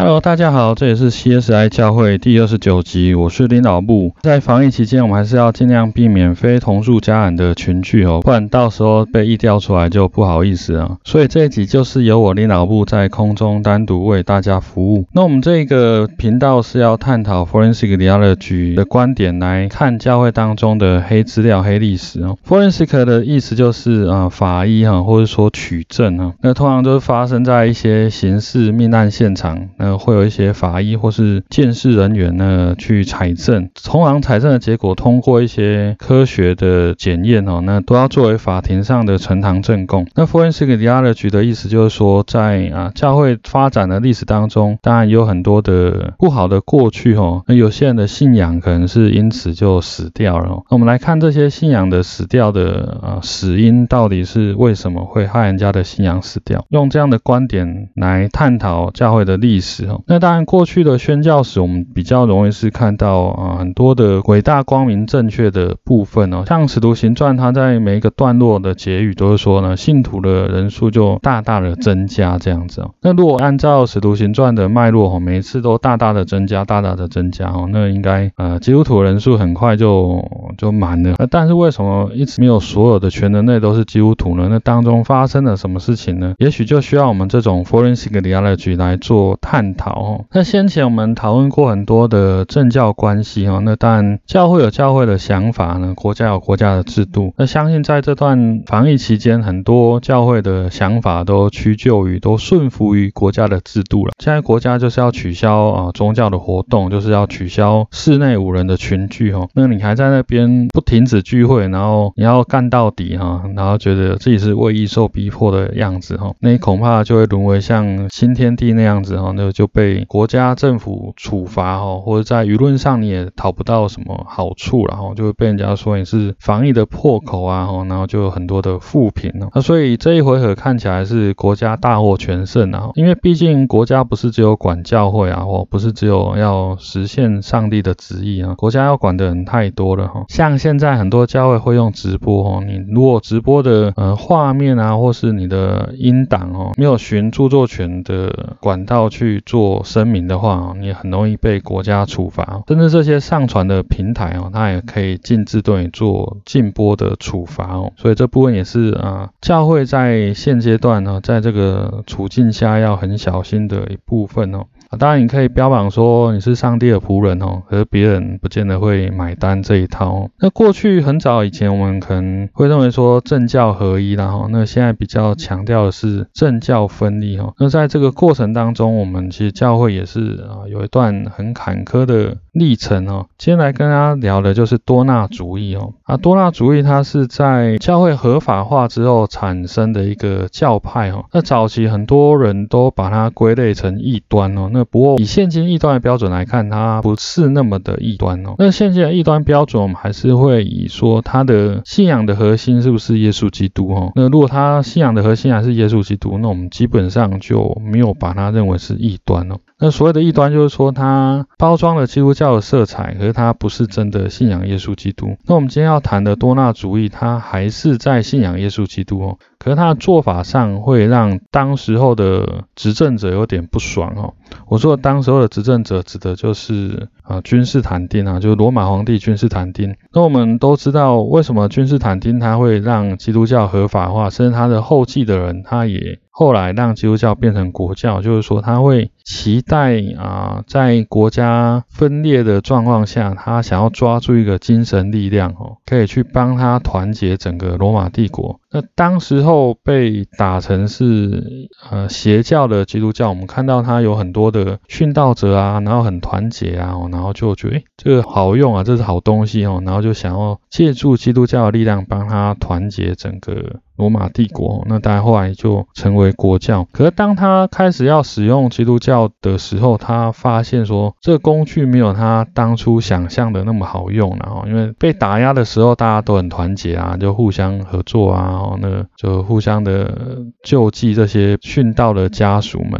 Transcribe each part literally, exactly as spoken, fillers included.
Hello， 大家好，这里是 C S I 教会第二十九集，我是林老布。在防疫期间，我们还是要尽量避免非同住家人的群聚哦，不然到时候被疫调出来就不好意思啊。所以这一集就是由我林老布在空中单独为大家服务。那我们这个频道是要探讨 Forensic Theology 的观点来看教会当中的黑资料、黑历史哦。Forensic 的意思就是呃法医哈，或者说取证啊。那通常都是发生在一些刑事命案现场。呃，会有一些法医或是鉴识人员呢去采证，通常采证的结果通过一些科学的检验哦，那都要作为法庭上的呈堂证供。那 Forensic Theology 的意思就是说，在啊教会发展的历史当中，当然有很多的不好的过去哦，那有些人的信仰可能是因此就死掉了哦。那我们来看这些信仰的死掉的啊死因到底是为什么会害人家的信仰死掉？用这样的观点来探讨教会的历史。那当然过去的宣教史我们比较容易是看到啊很多的伟大光明正确的部分哦，像使徒行传它在每一个段落的结语都是说呢，信徒的人数就大大的增加这样子哦。那如果按照使徒行传的脉络哦，每一次都大大的增加大大的增加哦，那应该呃基督徒的人数很快就就满了。那但是为什么一直没有所有的全人类都是基督徒呢？那当中发生了什么事情呢？也许就需要我们这种 Forensic Theology 来做探讨哦。那先前我们讨论过很多的政教关系哦，那当然教会有教会的想法呢，国家有国家的制度。那相信在这段防疫期间，很多教会的想法都屈就于、都顺服于国家的制度了。现在国家就是要取消啊宗教的活动，就是要取消室内五人的群聚哦。那你还在那边不停止聚会，然后你要干到底哈，然后觉得自己是为义受逼迫的样子哈，那你恐怕就会沦为像新天地那样子哈，那就被国家政府处罚哦，或者在舆论上你也讨不到什么好处，然后就会被人家说你是防疫的破口啊，然后就有很多的负评哦。那所以这一回合看起来是国家大获全胜啊，因为毕竟国家不是只有管教会啊，或不是只有要实现上帝的旨意啊，国家要管的人太多了哈。像现在很多教会会用直播哦，你如果直播的呃画面啊，或是你的音档哦，没有循著作权的管道去做声明的话，你很容易被国家处罚，甚至这些上传的平台哦，它也可以禁止对你做禁播的处罚哦。所以这部分也是啊，教会在现阶段呢，在这个处境下要很小心的一部分哦。啊、当然你可以标榜说你是上帝的仆人哦，可是别人不见得会买单这一套哦。那过去很早以前我们可能会认为说政教合一啦哈，那现在比较强调的是政教分离哈。那在这个过程当中，我们其实教会也是啊有一段很坎坷的历程哦。今天来跟大家聊的就是多纳主义哦。啊，多纳主义它是在教会合法化之后产生的一个教派哦。那早期很多人都把它归类成异端哦。那不过以现今异端的标准来看，它不是那么的异端哦。那现今的异端标准，我们还是会以说它的信仰的核心是不是耶稣基督哦。那如果它信仰的核心还是耶稣基督，那我们基本上就没有把它认为是异端哦。那所谓的异端就是说它包装了基督教的色彩，可是它不是真的信仰耶稣基督。那我们今天要谈的多纳主义，它还是在信仰耶稣基督哦，可是它的做法上会让当时候的执政者有点不爽哦。我说的当时候的执政者指的就是啊君士坦丁啊，就是罗马皇帝君士坦丁。那我们都知道为什么君士坦丁他会让基督教合法化，甚至他的后继的人他也后来让基督教变成国教，就是说他会期待啊，在国家分裂的状况下，他想要抓住一个精神力量哦，可以去帮他团结整个罗马帝国。那当时候被打成是呃邪教的基督教，我们看到他有很多的殉道者啊，然后很团结啊，然后就觉得诶这个好用啊，这是好东西哦，然后就想要借助基督教的力量帮他团结整个罗马帝国，那当然后来就成为国教。可是当他开始要使用基督教的时候，他发现说这个工具没有他当初想象的那么好用了，因为被打压的时候大家都很团结啊，就互相合作啊，那就互相的救济这些殉道的家属们哦。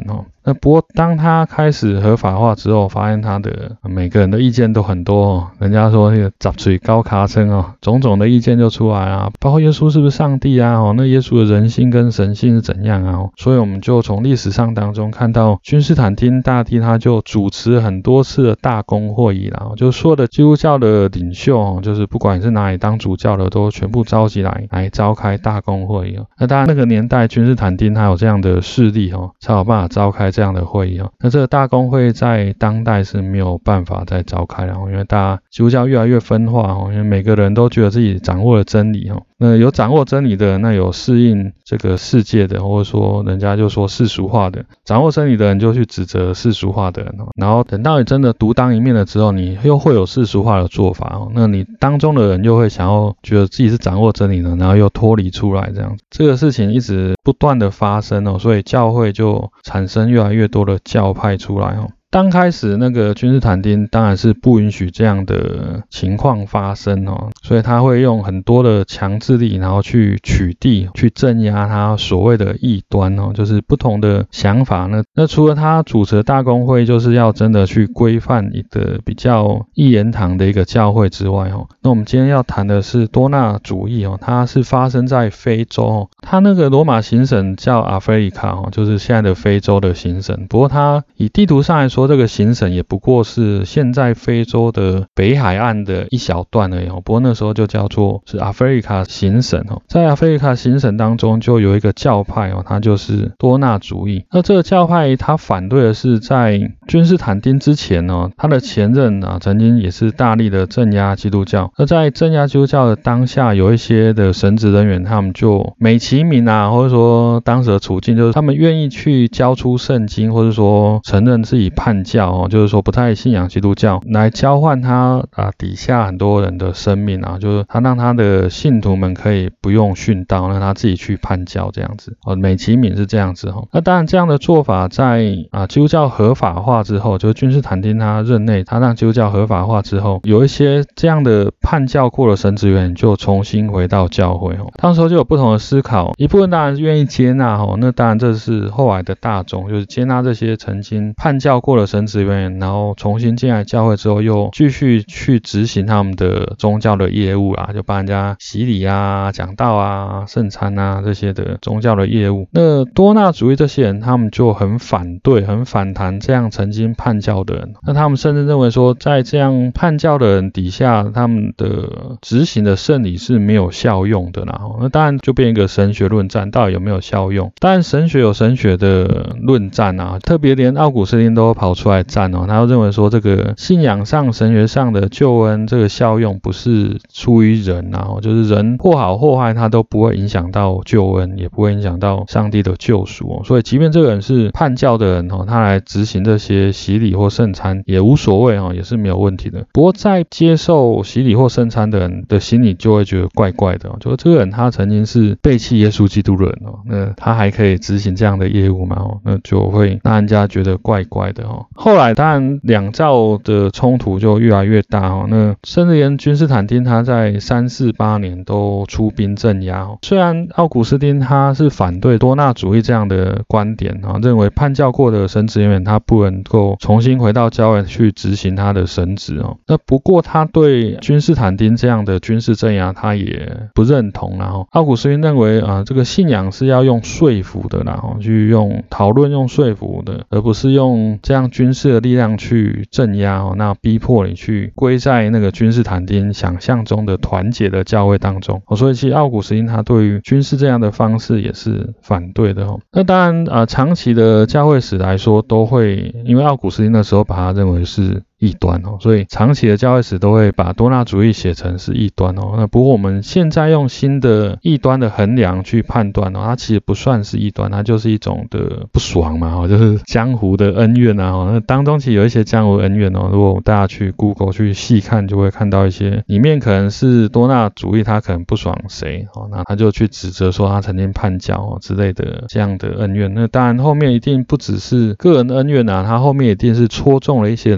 那不过当他开始合法化之后，发现他的每个人的意见都很多哦，人家说那个杂嘴高卡称哦，种种的意见就出来啊，包括耶稣是不是上帝啊？哦，那耶稣的人性跟神性是怎样啊？所以我们就从历史上当中看到，君士坦丁大帝他就主持很多次的大公会议啦，就所有的基督教的领袖哦，就是不管是哪里当主教的，都全部召集来来召开大公会议哦。那当然那个年代君士坦丁他有这样的势力哦，才有办法召开这样的会议哦。那这个大公会在当代是没有办法再召开了，因为大家基督教越来越分化哦，因为每个人都觉得自己掌握了真理哦。那有掌握真理的，那有适应这个世界的，或者说人家就说世俗化的，掌握真理的人就去指责世俗化的人哦。然后等到你真的独当一面了之后，你又会有世俗化的做法哦。那你当中的人又会想要觉得自己是掌握真理的，然后又脱离出来这样子。这个事情一直不断的发生哦，所以教会就产生越来越多的教派出来哦。刚开始那个君士坦丁当然是不允许这样的情况发生哦，所以他会用很多的强制力，然后去取缔、去镇压他所谓的异端哦，就是不同的想法呢。那除了他主持的大公会就是要真的去规范一个比较一言堂的一个教会之外哦，那我们今天要谈的是多纳主义哦，它是发生在非洲哦，它那个罗马行省叫阿非利卡哦，就是现在的非洲的行省。不过它以地图上来说，这个行省也不过是现在非洲的北海岸的一小段而已哦。不过那时候就叫做是阿非利卡行省哦。在阿非利卡行省当中，就有一个教派哦，它就是多纳主义。那这个教派它反对的是在君士坦丁之前哦，他的前任啊曾经也是大力的镇压基督教。而在镇压基督教的当下，有一些的神职人员，他们就美其名啊，或者说当时的处境就是他们愿意去交出圣经，或者说承认自己叛教哦，就是说不太信仰基督教，来交换他啊底下很多人的生命啊，就是他让他的信徒们可以不用殉道，让他自己去叛教这样子哦，美其名是这样子哦。那当然这样的做法在啊基督教合法化之后，就是君士坦丁他任内，他让基督教合法化之后，有一些这样的叛教过的神职员就重新回到教会哦。当时候就有不同的思考，一部分当然是愿意接纳哦，那当然这是后来的大众，就是接纳这些曾经叛教过的神职员，然后重新进来教会之后，又继续去执行他们的宗教的业务啊，就帮人家洗礼啊、讲道啊、圣餐啊这些的宗教的业务。那多纳主义这些人，他们就很反对、很反弹这样曾经叛教的人。那他们甚至认为说，在这样叛教的人底下，他们的执行的圣礼是没有效用的啦。那当然就变一个神学论战，到底有没有效用？当然神学有神学的论战啊，特别连奥古斯丁都跑出来战哦，他又认为说这个信仰上、神学上的救恩这个效用不是出于人啊，就是人或好或坏，他都不会影响到救恩，也不会影响到上帝的救赎哦。所以即便这个人是叛教的人哦，他来执行这些洗礼或圣餐也无所谓哦，也是没有问题的。不过在接受洗礼或圣餐的人的心里就会觉得怪怪的哦，就是这个人他曾经是背弃耶稣基督的人哦，那他还可以执行这样的业务吗？哦，那就会让人家觉得怪怪的哦。后来当然两教的冲突就越来越大哦，那甚至连君士坦丁他在三四八年都出兵镇压哦。虽然奥古斯丁他是反对多纳主义这样的观点啊，认为叛教过的神职人员他不能够重新回到教会去执行他的神职哦。那不过他对君士坦丁这样的军事镇压他也不认同啦哦。奥古斯丁认为啊，这个信仰是要用说服的啦哦，去用讨论用说服的，而不是用这样军事的力量去镇压哦，那逼迫你去归在那个君士坦丁想象中的团结的教会当中哦。所以其实奥古斯丁他对于军事这样的方式也是反对的哦。那当然啊、呃，长期的教会史来说都会，因为奥古斯丁那时候把他认为是异端哦，所以长期的教会史都会把多纳主义写成是异端哦。那不过我们现在用新的异端的衡量去判断哦，它其实不算是异端，它就是一种的不爽嘛哦，就是江湖的恩怨啊哦。那当中其实有一些江湖恩怨哦，如果大家去 Google 去细看，就会看到一些里面可能是多纳主义他可能不爽谁哦，那他就去指责说他曾经叛教哦之类的这样的恩怨。那当然后面一定不只是个人恩怨啊，他后面一定是戳中了一些人的点哦。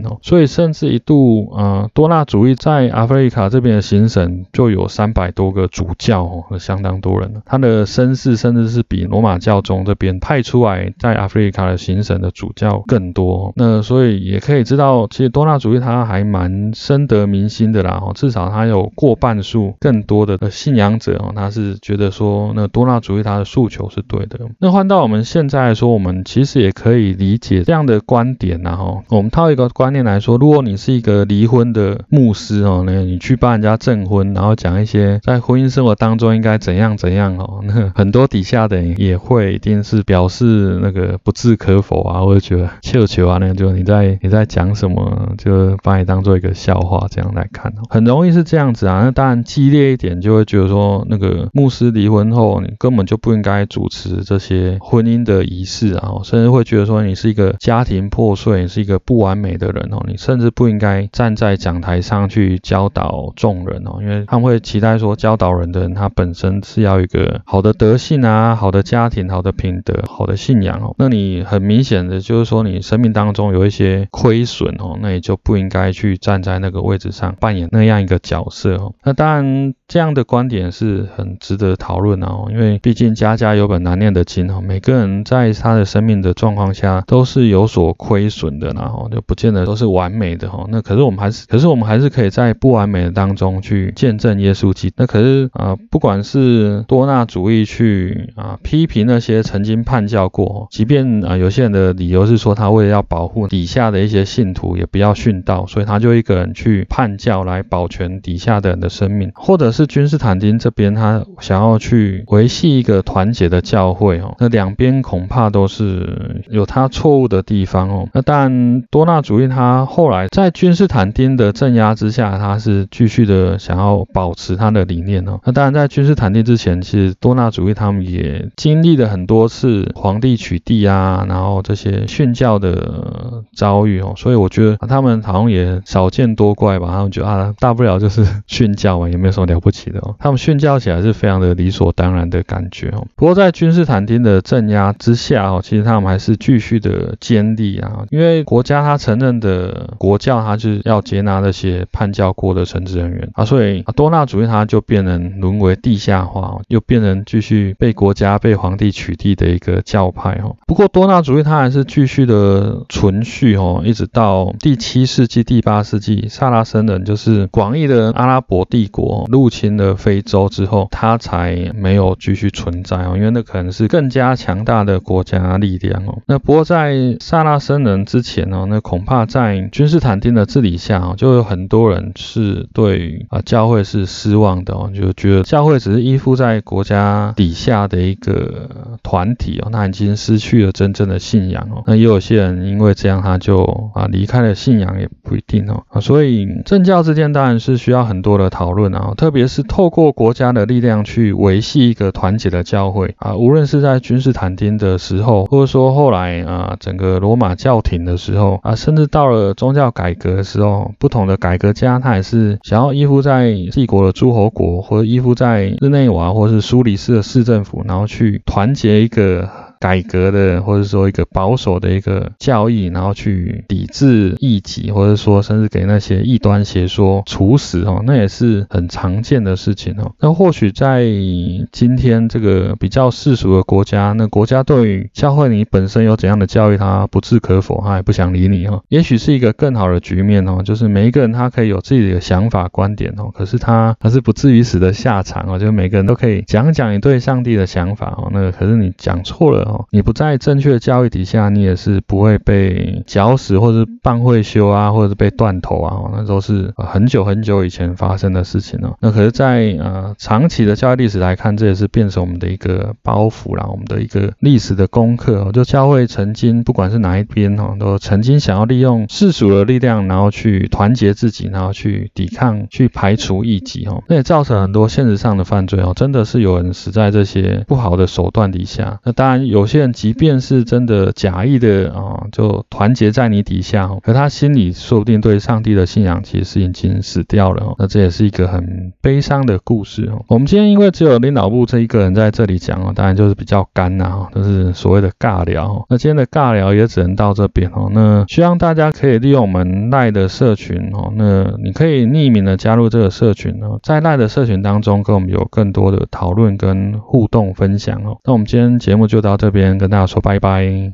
哦，所以甚至一度呃多纳主义在阿弗利卡这边的行省就有三百多个主教哦，相当多人了。他的声势甚至是比罗马教宗这边派出来在阿弗利卡的行省的主教更多。那所以也可以知道，其实多纳主义他还蛮深得民心的啦，至少他有过半数更多的信仰者哦，他是觉得说那多纳主义他的诉求是对的。那换到我们现在来说，我们其实也可以理解这样的观点啦齁。我们套一个观念来说，如果你是一个离婚的牧师哦，那你去帮人家证婚，然后讲一些在婚姻生活当中应该怎样怎样哦，那很多底下的人也会一定是表示那个不置可否啊，或者觉得球球啊，那就你在你在讲什么，就把你当做一个笑话这样来看哦，很容易是这样子啊。那当然激烈一点就会觉得说，那个牧师离婚后，你根本就不应该主持这些婚姻的仪式啊，甚至会觉得说你是一个家庭破碎，你是一个不完美的人哦，你甚至不应该站在讲台上去教导众人哦，因为他们会期待说教导人的人他本身是要有一个好的德性啊，好的家庭，好的品德，好的信仰哦。那你很明显的就是说你生命当中有一些亏损哦，那你就不应该去站在那个位置上扮演那样一个角色哦。那当然这样的观点是很值得讨论哦，因为毕竟家家有本难念的经哦，每个人在他的生命的状况下都是有所亏损的啦哦，就不见得都是完美的哦。那可是我们还是，可是我们还是可以在不完美的当中去见证耶稣基督。那可是啊、呃，不管是多纳主义去啊、呃、批评那些曾经叛教过，即便啊、呃、有些人的理由是说他为了要保护底下的一些信徒也不要殉道，所以他就一个人去叛教来保全底下的人的生命，或者是君士坦丁这边他想要去维系一个团结的教会哦，那两边恐怕都是有他错误的地方哦。那当然多纳主义他后来在君士坦丁的镇压之下，他是继续的想要保持他的理念哦。那当然在君士坦丁之前，其实多纳主义他们也经历了很多次皇帝取缔啊，然后这些殉教的遭遇哦，所以我觉得他们好像也少见多怪吧，他们觉得啊大不了就是殉教嘛，也没有什么了不起的哦。他们殉教起来是非常的理所当然的感觉哦。不过在君士坦丁的镇压之下哦，其实他们还是继续的坚立啊，因为国家他承认的国教，他就是要接纳那些叛教过的神职人员啊，所以啊多纳主义他就变成沦为地下化哦，又变成继续被国家被皇帝取缔的一个教派哦。不过多纳主义他还是继续的存续哦，一直到第七世纪、第八世纪，萨拉森人就是广义的阿拉伯帝国入侵了非洲之后，他才没有继续存在哦，因为那可能是更加强大的国家力量哦。那不过在萨拉森人之前哦，那恐怕在君士坦丁的治理下哦，就有很多人是对啊教会是失望的哦，就觉得教会只是依附在国家底下的一个团体哦，那已经失去了真正的信仰哦。那也有些人因为这样他就啊离开了信仰，也不一定哦。啊，所以政教之间当然是需要很多的讨论啊，特别是透过国家的力量去维系一个团结的教会啊，无论是在君士坦丁的时候，或者说后来啊整个罗马教廷的时候啊，甚至到了宗教改革的时候，不同的改革家他也是想要依附在帝国的诸侯国，或者依附在日内瓦或是苏黎世的市政府，然后去团结一个改革的，或者说一个保守的一个教义，然后去抵制异己，或者说甚至给那些异端邪说处死哦，那也是很常见的事情哦。那或许在今天这个比较世俗的国家，那国家对于教会你本身有怎样的教育，他不置可否，他也不想理你哦。也许是一个更好的局面哦，就是每一个人他可以有自己的想法观点哦，可是他他是不至于死的下场哦，就每个人都可以讲讲你对上帝的想法哦，那个可是你讲错了。你不在正确的教育底下，你也是不会被绞死，或是办会休啊，或者是被断头啊，那都是很久很久以前发生的事情哦。那可是在呃长期的教育历史来看，这也是变成我们的一个包袱啦，我们的一个历史的功课哦。就教会曾经不管是哪一边哦，都曾经想要利用世俗的力量，然后去团结自己，然后去抵抗、去排除异己哦。那也造成很多现实上的犯罪哦，真的是有人死在这些不好的手段底下。那当然有。 有些人即便是真的假意的啊，就团结在你底下，可他心里说不定对上帝的信仰其实已经死掉了。那这也是一个很悲伤的故事。我们今天因为只有林老布这一个人在这里讲，当然就是比较干啦，就是所谓的尬聊。那今天的尬聊也只能到这边。那希望大家可以利用我们 LINE 的社群，那你可以匿名的加入这个社群，在 LINE 的社群当中跟我们有更多的讨论跟互动分享。那我们今天节目就到这边，跟大家说拜拜。